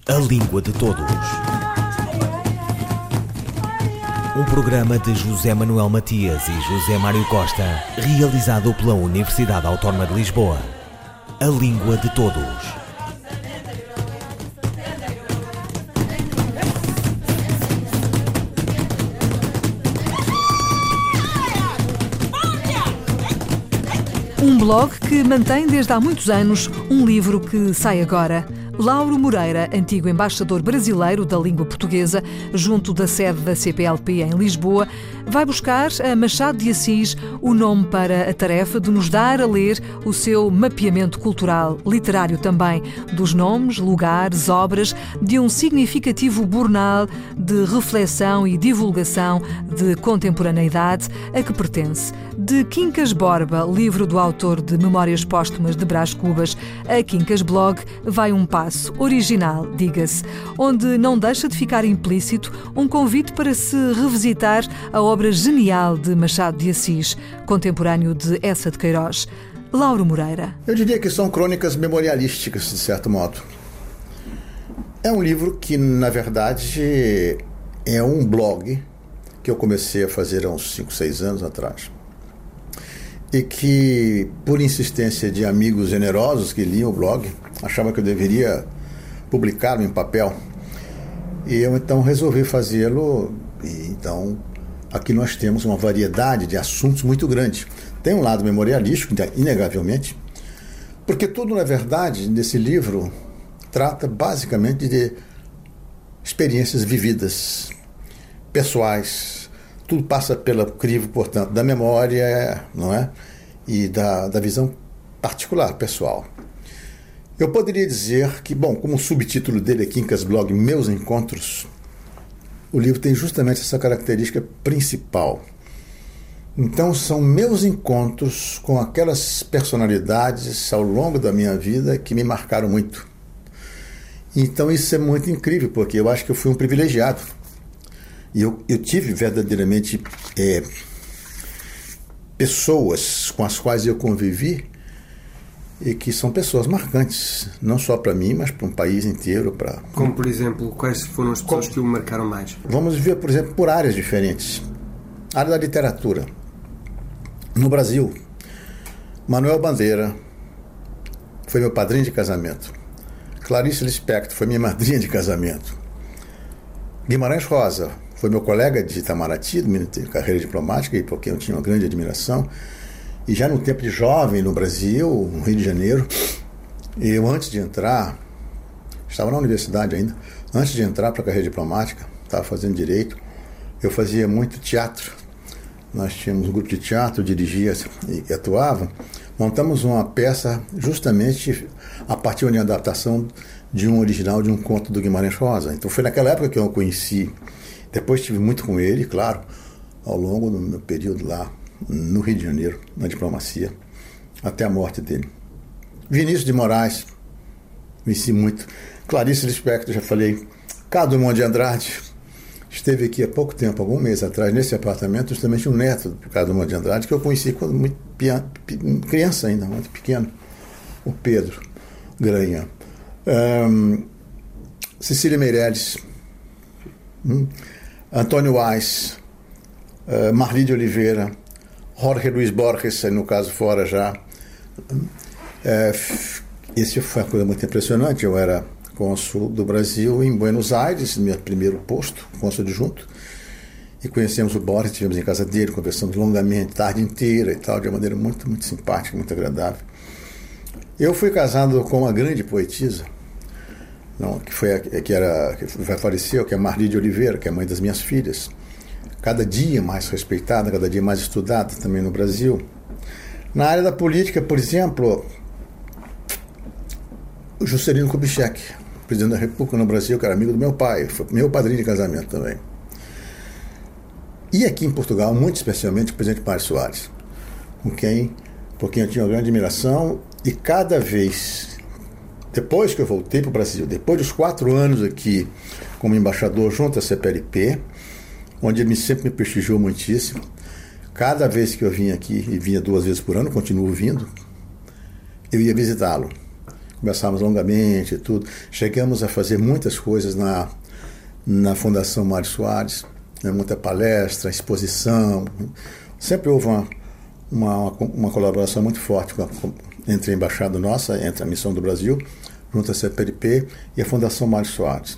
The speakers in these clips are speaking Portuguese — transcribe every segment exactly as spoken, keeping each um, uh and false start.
A Língua de Todos. Um programa de José Manuel Matias e José Mário Costa, realizado pela Universidade Autónoma de Lisboa. A Língua de Todos. Um blog que mantém desde há muitos anos um livro que sai agora. Lauro Moreira, antigo embaixador brasileiro da língua portuguesa, junto da sede da C P L P em Lisboa, vai buscar a Machado de Assis o nome para a tarefa de nos dar a ler o seu mapeamento cultural, literário também, dos nomes, lugares, obras, de um significativo bornal de reflexão e divulgação de contemporaneidade a que pertence. De Quincas Borba, livro do autor de Memórias Póstumas de Brás Cubas, a Quincas Blog vai um passo original, diga-se, onde não deixa de ficar implícito um convite para se revisitar a obra genial de Machado de Assis, contemporâneo de Eça de Queiroz. Lauro Moreira. Eu diria que são crônicas memorialísticas, de certo modo. É um livro que, na verdade, é um blog que eu comecei a fazer há uns cinco, seis anos atrás. E que, por insistência de amigos generosos que liam o blog, achavam que eu deveria publicá-lo em papel. E eu então resolvi fazê-lo. E então, aqui nós temos uma variedade de assuntos muito grande. Tem um lado memorialístico, inegavelmente, porque tudo, na verdade, nesse livro trata basicamente de experiências vividas, pessoais. Tudo passa pelo crivo, portanto, da memória, não é? E da, da visão particular, pessoal. Eu poderia dizer que, bom, como o subtítulo dele é Quincas Blog, Meus Encontros, o livro tem justamente essa característica principal. Então, são meus encontros com aquelas personalidades ao longo da minha vida que me marcaram muito. Então, isso é muito incrível, porque eu acho que eu fui um privilegiado. E eu, eu tive verdadeiramente é, pessoas com as quais eu convivi e que são pessoas marcantes, não só para mim, mas para um país inteiro. Pra... Como, por exemplo, quais foram as pessoas Como... que o marcaram mais? Vamos ver, por exemplo, por áreas diferentes. A área da literatura. No Brasil, Manuel Bandeira foi meu padrinho de casamento. Clarice Lispector foi minha madrinha de casamento. Guimarães Rosa foi meu colega de Itamaraty, de carreira diplomática, e por quem eu tinha uma grande admiração. E já no tempo de jovem no Brasil, no Rio de Janeiro, eu antes de entrar, estava na universidade ainda, antes de entrar para a carreira diplomática, estava fazendo direito, eu fazia muito teatro. Nós tínhamos um grupo de teatro, eu dirigia e atuava. Montamos uma peça justamente a partir de uma adaptação de um original de um conto do Guimarães Rosa. Então foi naquela época que eu o conheci. Depois estive muito com ele, claro, ao longo do meu período lá no Rio de Janeiro, na diplomacia, até a morte dele. Vinícius de Moraes, conheci muito. Clarice Lispector, já falei. Cado Drummond de Andrade, esteve aqui há pouco tempo, algum mês atrás, nesse apartamento, justamente um neto do Cado Drummond de Andrade, que eu conheci quando muito piano, criança ainda, muito pequeno, o Pedro Granha. Um, Cecília Meirelles, hum, Antônio Weiss, uh, Marli de Oliveira, Jorge Luiz Borges, no caso fora já. Uh, esse foi uma coisa muito impressionante. Eu era cônsul do Brasil em Buenos Aires, meu primeiro posto, cônsul adjunto, e conhecemos o Borges, estivemos em casa dele, conversamos longamente, tarde inteira e tal, de uma maneira muito, muito simpática, muito agradável. Eu fui casado com uma grande poetisa, não, que, foi a, que, era, que faleceu, que é Marli de Oliveira, que é a mãe das minhas filhas. Cada dia mais respeitada, cada dia mais estudada também no Brasil. Na área da política, por exemplo, o Juscelino Kubitschek, presidente da República no Brasil, que era amigo do meu pai, foi meu padrinho de casamento também. E aqui em Portugal, muito especialmente, o presidente Mário Soares, com quem, por quem eu tinha uma grande admiração, e cada vez, depois que eu voltei para o Brasil, depois dos quatro anos aqui como embaixador junto à C P L P, onde ele sempre me prestigiou muitíssimo, cada vez que eu vinha aqui, e vinha duas vezes por ano, continuo vindo, eu ia visitá-lo. conversávamos longamente e tudo. Chegamos a fazer muitas coisas na, na Fundação Mário Soares, né? Muita palestra, exposição. Sempre houve uma, uma, uma colaboração muito forte com a, com, entre a embaixada nossa, entre a Missão do Brasil, junto à C P L P e a Fundação Mário Soares.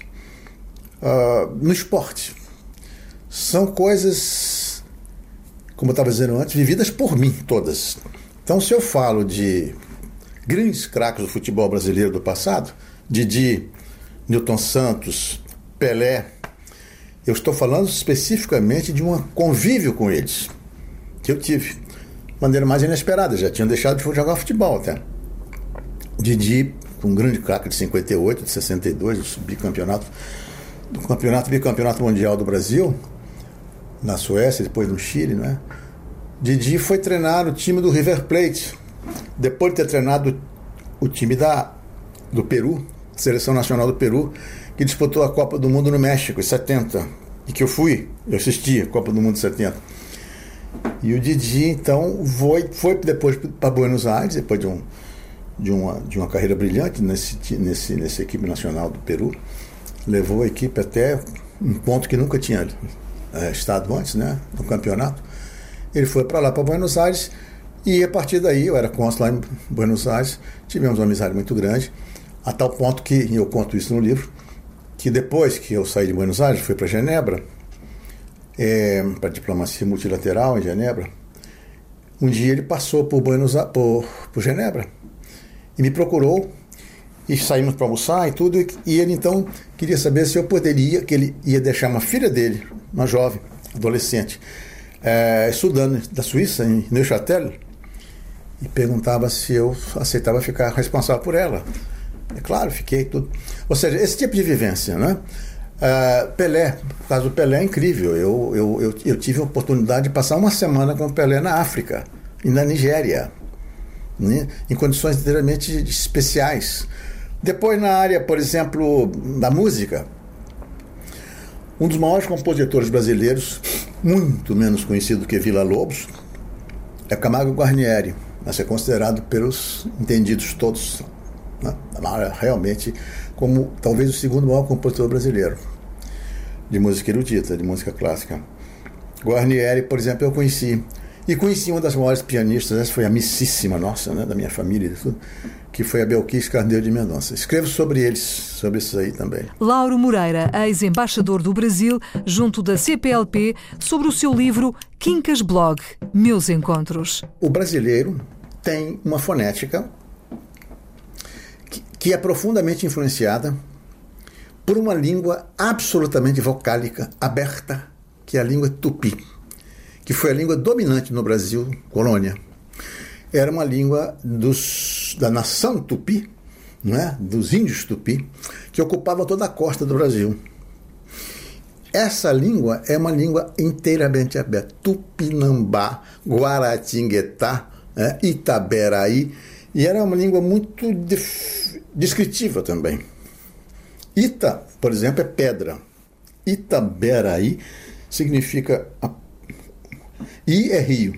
Uh, no esporte, são coisas, como eu estava dizendo antes, vividas por mim, todas. Então, se eu falo de grandes craques do futebol brasileiro do passado, Didi, Nilton Santos, Pelé, eu estou falando especificamente de um convívio com eles, que eu tive, de maneira mais inesperada, já tinham deixado de jogar futebol até. Didi, um grande craque de cinquenta e oito, de sessenta e dois, bicampeonato, do campeonato, bicampeonato mundial do Brasil, na Suécia, depois no Chile, né? Didi foi treinar o time do River Plate, depois de ter treinado o time da, do Peru, Seleção Nacional do Peru, que disputou a Copa do Mundo no México, em setenta, e que eu fui, eu assisti a Copa do Mundo em setenta. E o Didi, então, foi, foi depois para Buenos Aires, depois de, um, de, uma, de uma carreira brilhante nesse, nesse, nessa equipe nacional do Peru, levou a equipe até um ponto que nunca tinha é, estado antes, né, no campeonato. Ele foi para lá, para Buenos Aires, e a partir daí, eu era cônsul lá em Buenos Aires, tivemos uma amizade muito grande, a tal ponto que, e eu conto isso no livro, que depois que eu saí de Buenos Aires, fui para Genebra, é, para diplomacia multilateral em Genebra, um dia ele passou por, Buenos Aires, por, por Genebra e me procurou, e saímos para almoçar e tudo, e ele então queria saber se eu poderia, que ele ia deixar uma filha dele, uma jovem, adolescente, é, estudando da Suíça, em Neuchâtel, e perguntava se eu aceitava ficar responsável por ela. É claro, fiquei tudo. Ou seja, esse tipo de vivência, né? Uh, Pelé, o caso do Pelé é incrível. Eu, eu, eu, eu tive a oportunidade de passar uma semana com o Pelé na África e na Nigéria, né? Em condições inteiramente especiais. Depois, na área, por exemplo, da música, um dos maiores compositores brasileiros, muito menos conhecido que Villa-Lobos, é Camargo Guarnieri, a ser considerado pelos entendidos todos, né, realmente como talvez o segundo maior compositor brasileiro de música erudita, de música clássica. Guarnieri, por exemplo, eu conheci. E conheci uma das maiores pianistas, essa foi a amicíssima nossa, né, da minha família e tudo, que foi a Belkis Carneiro de Mendonça. Escrevo sobre eles, sobre isso aí também. Lauro Moreira, ex-embaixador do Brasil, junto da C P L P, sobre o seu livro Quincas Blog, Meus Encontros. O brasileiro tem uma fonética que, que é profundamente influenciada por uma língua absolutamente vocálica, aberta, que é a língua tupi, que foi a língua dominante no Brasil, colônia. Era uma língua dos, da nação tupi, né? Dos índios tupi, que ocupava toda a costa do Brasil. Essa língua é uma língua inteiramente aberta. Tupinambá, Guaratinguetá, né? Itaberaí, e era uma língua muito def... descritiva também. Ita, por exemplo, é pedra. Itaberaí significa... A... I é rio.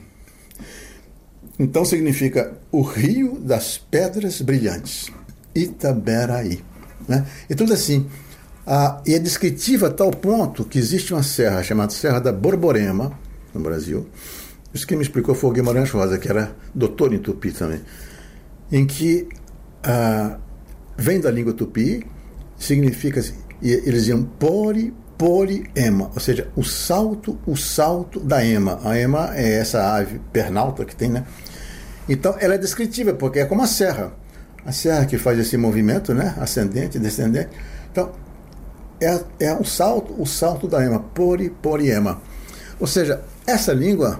Então significa o rio das pedras brilhantes. Itaberaí. Né? E tudo assim. Ah, e é descritiva a tal ponto que existe uma serra chamada Serra da Borborema, no Brasil. Isso que me explicou foi o Guimarães Rosa, que era doutor em tupi também. Em que ah, vem da língua tupi, significa, e eles diziam pori, pori, ema, ou seja, o salto, o salto da ema. A ema é essa ave pernalta que tem, né? Então, ela é descritiva, porque é como a serra. A serra que faz esse movimento, né? Ascendente, descendente. Então, é, é o salto, o salto da ema, pori, pori, ema. Ou seja, essa língua,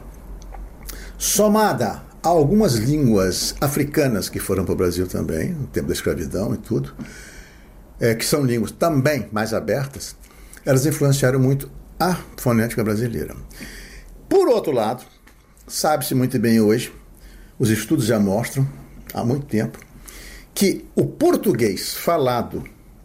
somada a algumas línguas africanas que foram para o Brasil também, no tempo da escravidão e tudo, é, que são línguas também mais abertas, elas influenciaram muito a fonética brasileira. Por outro lado, sabe-se muito bem hoje, os estudos já mostram, há muito tempo, que o português falado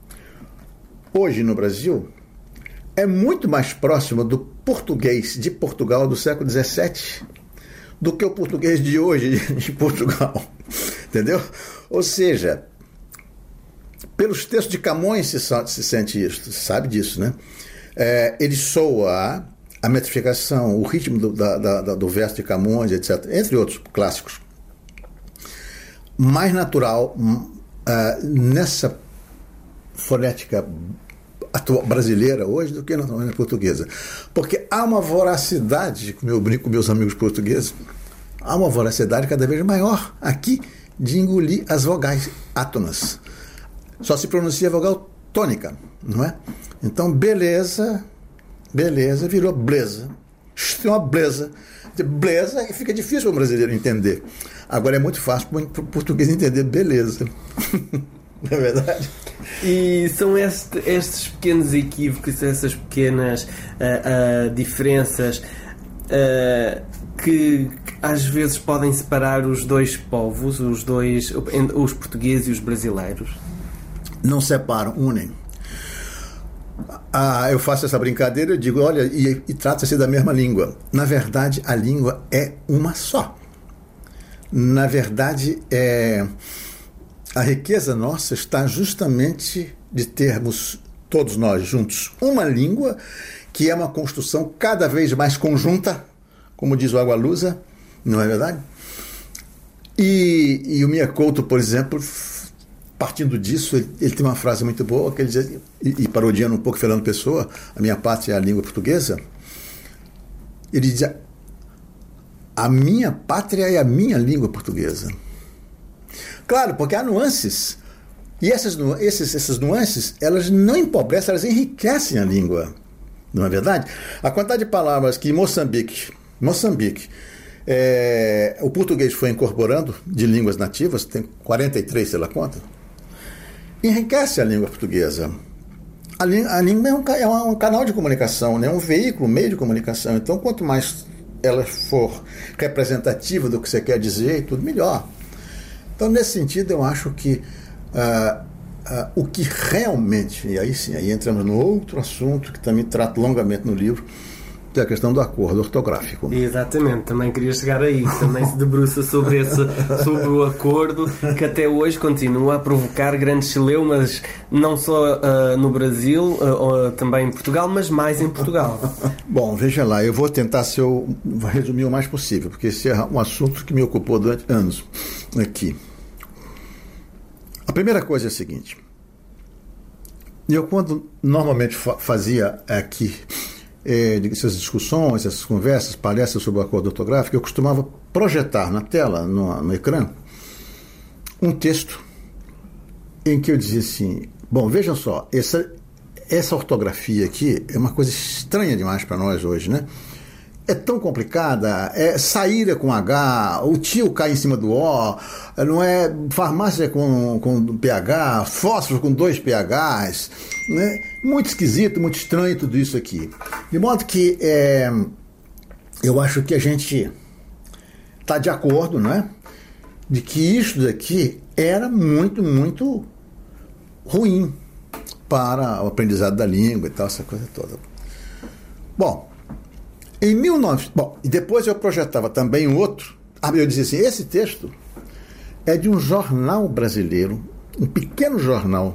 hoje no Brasil é muito mais próximo do português de Portugal do século dezessete do que o português de hoje de Portugal. Entendeu? Ou seja, pelos textos de Camões se, se sente isso, se sabe disso, né? É, ele soa a metrificação, o ritmo do, da, da, do verso de Camões, etcétera, entre outros clássicos, mais natural uh, nessa fonética atual, brasileira hoje do que na fonética portuguesa. Porque há uma voracidade, como eu brinco com meus amigos portugueses, há uma voracidade cada vez maior aqui de engolir as vogais átonas. Só se pronuncia a vogal tônica, não é? Então, beleza, beleza, virou bleza. Tem uma bleza. Bleza fica difícil para o brasileiro entender. Agora é muito fácil para o português entender beleza. Não é verdade? E são este, estes pequenos equívocos, essas pequenas uh, uh, diferenças uh, que às vezes podem separar os dois povos, os dois, os portugueses e os brasileiros? Não separam, unem. Ah, eu faço essa brincadeira, eu digo, olha, e, e trata-se da mesma língua. Na verdade, a língua é uma só. Na verdade, é, a riqueza nossa está justamente de termos, todos nós juntos, uma língua que é uma construção cada vez mais conjunta, como diz o Agualusa, não é verdade? E, e o Mia Couto, por exemplo, partindo disso, ele, ele tem uma frase muito boa, que ele diz, e, e parodiando um pouco Fernando Pessoa, a minha pátria é a língua portuguesa, ele diz, a minha pátria é a minha língua portuguesa. Claro, porque há nuances, e essas, esses, essas nuances, elas não empobrecem, elas enriquecem a língua, não é verdade? A quantidade de palavras que em Moçambique, Moçambique, é, o português foi incorporando de línguas nativas, tem quarenta e três, sei lá quanto, enriquece a língua portuguesa. A, a língua é um, é um canal de comunicação, né? Um veículo, um meio de comunicação. Então, quanto mais ela for representativa do que você quer dizer, tudo melhor. Então, nesse sentido, eu acho que uh, uh, o que realmente, e aí sim, aí entramos no outro assunto que também trato longamente no livro, que é a questão do acordo ortográfico. Exatamente, também queria chegar aí, também se debruça sobre, esse, sobre o acordo, que até hoje continua a provocar grandes celeumas, não só uh, no Brasil, uh, uh, também em Portugal, mas mais em Portugal. Bom, veja lá, eu vou tentar ser o, resumir o mais possível, porque esse é um assunto que me ocupou durante anos aqui. A primeira coisa é a seguinte, eu quando normalmente fa- fazia aqui É, essas discussões, essas conversas, palestras sobre o acordo ortográfico, eu costumava projetar na tela, no, no ecrã, um texto em que eu dizia assim, bom, vejam só, essa, essa ortografia aqui é uma coisa estranha demais para nós hoje, né? É tão complicada, é saíra com H, o tio cai em cima do O, não é farmácia com, com pH, fósforo com dois pHs, né? Muito esquisito, muito estranho tudo isso aqui. De modo que é, eu acho que a gente está de acordo, né? De que isso daqui era muito, muito ruim para o aprendizado da língua e tal, essa coisa toda. Bom, em mil e novecentos... Bom, e depois eu projetava também um outro. Eu dizia assim, esse texto é de um jornal brasileiro, um pequeno jornal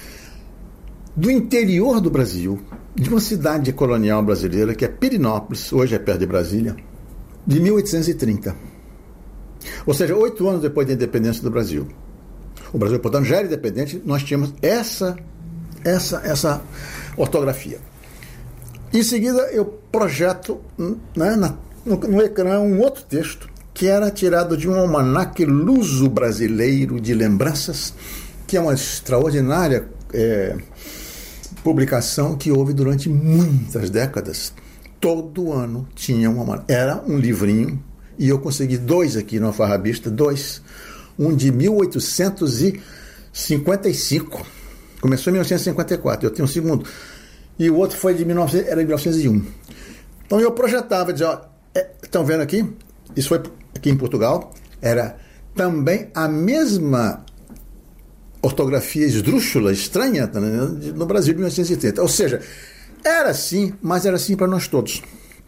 do interior do Brasil, de uma cidade colonial brasileira, que é Pirinópolis, hoje é perto de Brasília, de mil oitocentos e trinta. Ou seja, oito anos depois da independência do Brasil. O Brasil, portanto, já era independente, nós tínhamos essa, essa, essa ortografia. Em seguida, eu projeto, né, na, no, no ecrã um outro texto que era tirado de um almanaque luso-brasileiro de lembranças, que é uma extraordinária é, publicação que houve durante muitas décadas. Todo ano tinha um almanaque. Era um livrinho, e eu consegui dois aqui no Alfarrabista, dois. Um de mil oitocentos e cinquenta e cinco. Começou em mil novecentos e cinquenta e quatro, eu tenho um segundo. E o outro foi de mil e novecentos, era de mil novecentos e um. Então eu projetava, dizia, ó, é, estão vendo aqui? Isso foi aqui em Portugal. Era também a mesma ortografia esdrúxula, estranha, no Brasil de mil novecentos e trinta. Ou seja, era assim, mas era assim para nós todos.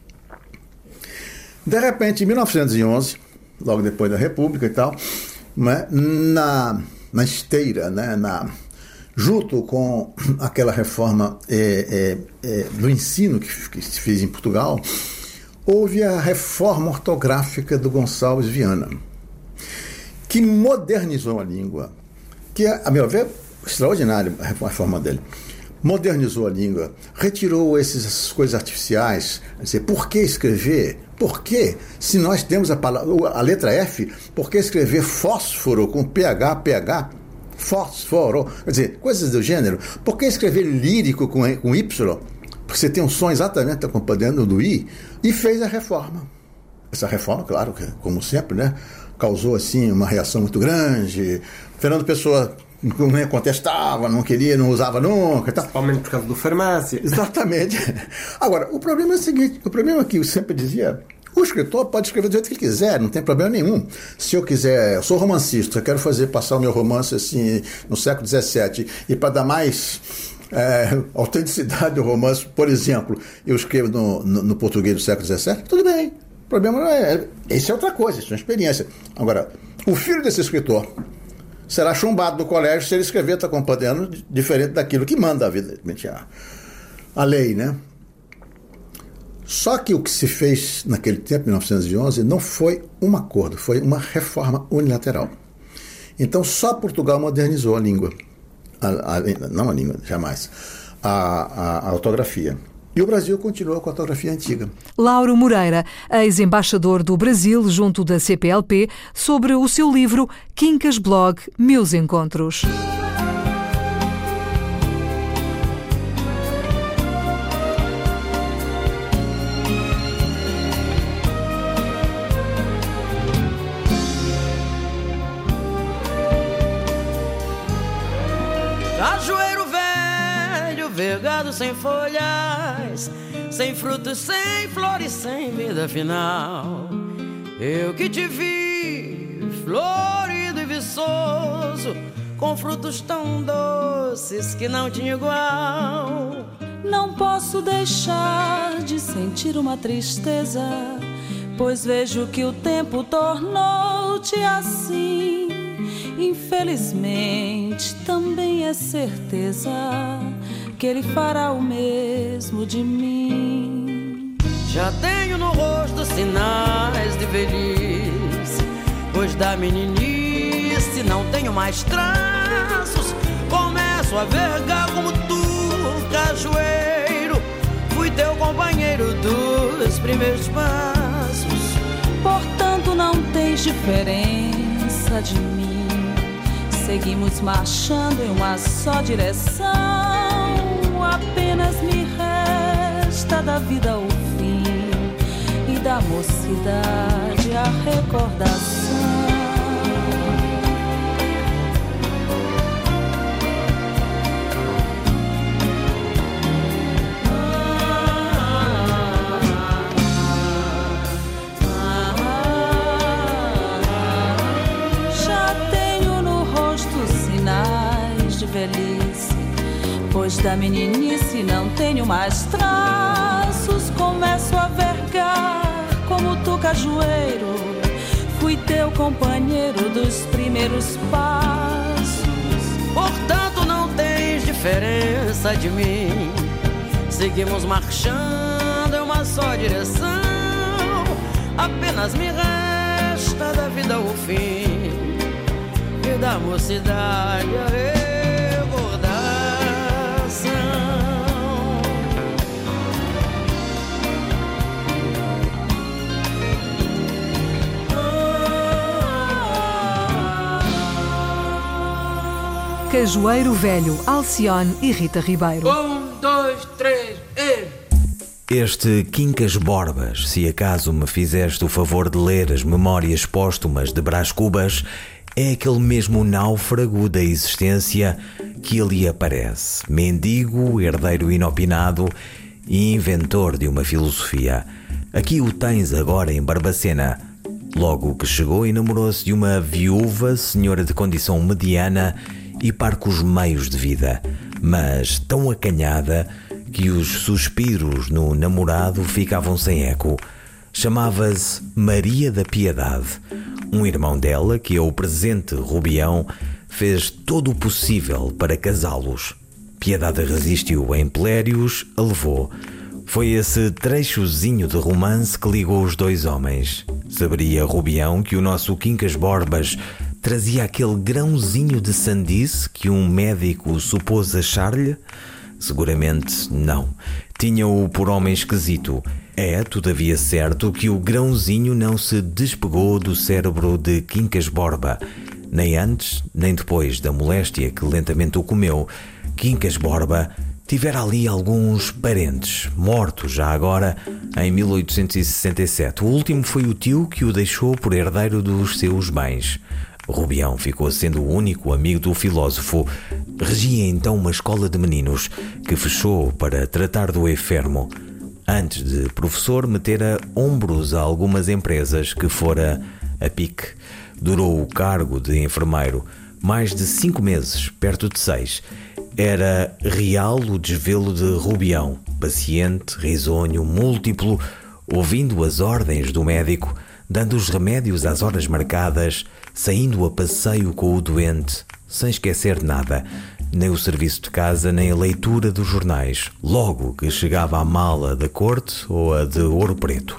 De repente, em mil novecentos e onze, logo depois da República e tal, né, na, na esteira, né, na... junto com aquela reforma é, é, é, do ensino que, que se fez em Portugal, houve a reforma ortográfica do Gonçalves Viana, que modernizou a língua, que, a meu ver, extraordinária a reforma dele. Modernizou a língua, retirou essas coisas artificiais. Quer dizer, por que escrever? Por que, se nós temos a, palavra, a letra F, por que escrever fósforo com PH, PH? Fósforo. Quer dizer, coisas do gênero. Por que escrever lírico com, com Y? Porque você tem um som exatamente acompanhando do I. E fez a reforma. Essa reforma, claro, que, como sempre, né, causou assim, uma reação muito grande. Fernando Pessoa não contestava, não queria, não usava nunca. Tá. Principalmente por causa do farmácia. Exatamente. Agora, o problema é o seguinte, o problema é que eu sempre dizia, o escritor pode escrever do jeito que ele quiser, não tem problema nenhum. Se eu quiser, eu sou romancista, eu quero fazer, passar o meu romance assim, no século dezessete, e para dar mais é, autenticidade ao romance, por exemplo, eu escrevo no, no, no português do século dezessete, tudo bem. O problema não é, isso é outra coisa, isso é uma experiência. Agora, o filho desse escritor será chumbado do colégio se ele escrever está acompanhando diferente daquilo que manda a vida, a, a lei, né? Só que o que se fez naquele tempo, mil novecentos e onze, não foi um acordo, foi uma reforma unilateral. Então só Portugal modernizou a língua, a, a, não a língua, jamais, a, a, a ortografia. E o Brasil continua com a ortografia antiga. Lauro Moreira, ex-embaixador do Brasil junto da C P L P, sobre o seu livro Quincas Blog, Meus Encontros. Cajueiro velho, vergado sem folhas, sem frutos, sem flores, sem vida final. Eu que te vi, florido e viçoso, com frutos tão doces que não tinha igual. Não posso deixar de sentir uma tristeza, pois vejo que o tempo tornou-te assim. Infelizmente, também é certeza que ele fará o mesmo de mim. Já tenho no rosto sinais de velhice, pois da meninice não tenho mais traços. Começo a vergar como tu, cajueiro, fui teu companheiro dos primeiros passos. Portanto não tens diferença de mim, seguimos marchando em uma só direção. Apenas me resta da vida o fim e da mocidade a recordação. Velhice, pois da meninice não tenho mais traços. Começo a vergar como tu, cajueiro, fui teu companheiro dos primeiros passos. Portanto não tens diferença de mim, seguimos marchando em uma só direção. Apenas me resta da vida o fim e da mocidade a recordação. Cajueiro Velho, Alcione e Rita Ribeiro. Um, dois, três, e... Este Quincas Borbas, se acaso me fizeste o favor de ler as memórias póstumas de Brás Cubas, é aquele mesmo náufrago da existência que ali aparece, mendigo, herdeiro inopinado e inventor de uma filosofia. Aqui o tens agora em Barbacena. Logo que chegou, enamorou-se de uma viúva, senhora de condição mediana e parcos meios de vida, mas tão acanhada que os suspiros no namorado ficavam sem eco. Chamava-se Maria da Piedade. Um irmão dela, que é o presente Rubião, fez todo o possível para casá-los. Piedade resistiu em Pelérios, a levou. Foi esse trechozinho de romance que ligou os dois homens. Saberia Rubião que o nosso Quincas Borbas trazia aquele grãozinho de sandice que um médico supôs achar-lhe? Seguramente não. Tinha-o por homem esquisito. É, todavia, certo que o grãozinho não se despegou do cérebro de Quincas Borba. Nem antes, nem depois da moléstia que lentamente o comeu, Quincas Borba tivera ali alguns parentes, mortos já agora em mil oitocentos e sessenta e sete. O último foi o tio que o deixou por herdeiro dos seus bens. Rubião ficou sendo o único amigo do filósofo. Regia então uma escola de meninos que fechou para tratar do enfermo. Antes de professor, metera ombros a algumas empresas que fora a pique. Durou o cargo de enfermeiro mais de cinco meses, perto de seis. Era real o desvelo de Rubião, paciente, risonho, múltiplo, ouvindo as ordens do médico, dando os remédios às horas marcadas, saindo a passeio com o doente, sem esquecer nada, nem o serviço de casa, nem a leitura dos jornais, logo que chegava a mala da corte ou a de Ouro Preto.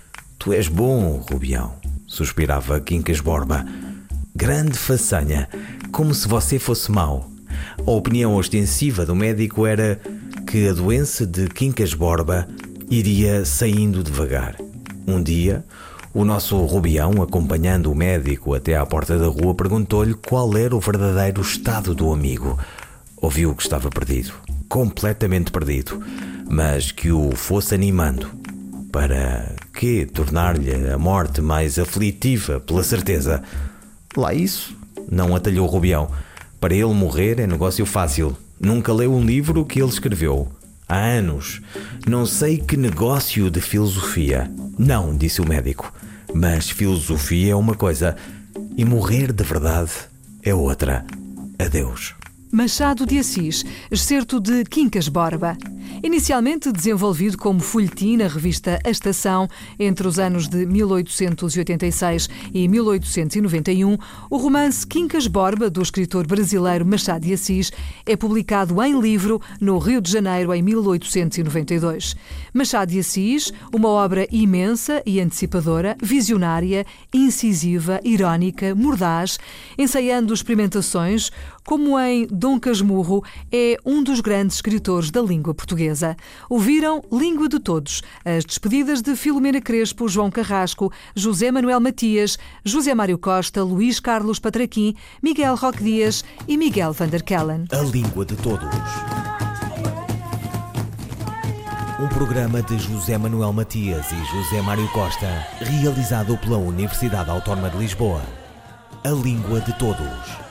Tu és bom, Rubião, suspirava Quincas Borba. Grande façanha, como se você fosse mau. A opinião ostensiva do médico era que a doença de Quincas Borba iria saindo devagar. Um dia, o nosso Rubião, acompanhando o médico até à porta da rua, perguntou-lhe qual era o verdadeiro estado do amigo. Ouviu que estava perdido, completamente perdido, mas que o fosse animando. Para quê tornar-lhe a morte mais aflitiva, pela certeza? Lá isso, não atalhou Rubião. Para ele morrer é negócio fácil. Nunca leu um livro que ele escreveu. Há anos. Não sei que negócio de filosofia. Não, disse o médico. Mas filosofia é uma coisa e morrer de verdade é outra. Adeus. Machado de Assis, excerto de Quincas Borba. Inicialmente desenvolvido como folhetim na revista A Estação entre os anos de mil oitocentos e oitenta e seis e mil oitocentos e noventa e um, o romance Quincas Borba, do escritor brasileiro Machado de Assis, é publicado em livro no Rio de Janeiro em mil oitocentos e noventa e dois. Machado de Assis, uma obra imensa e antecipadora, visionária, incisiva, irónica, mordaz, ensaiando experimentações, como em Dom Casmurro, é um dos grandes escritores da língua portuguesa. Ouviram Língua de Todos, as despedidas de Filomena Crespo, João Carrasco, José Manuel Matias, José Mário Costa, Luís Carlos Patraquim, Miguel Roque Dias e Miguel van der Kellen. A Língua de Todos. Um programa de José Manuel Matias e José Mário Costa, realizado pela Universidade Autónoma de Lisboa. A Língua de Todos.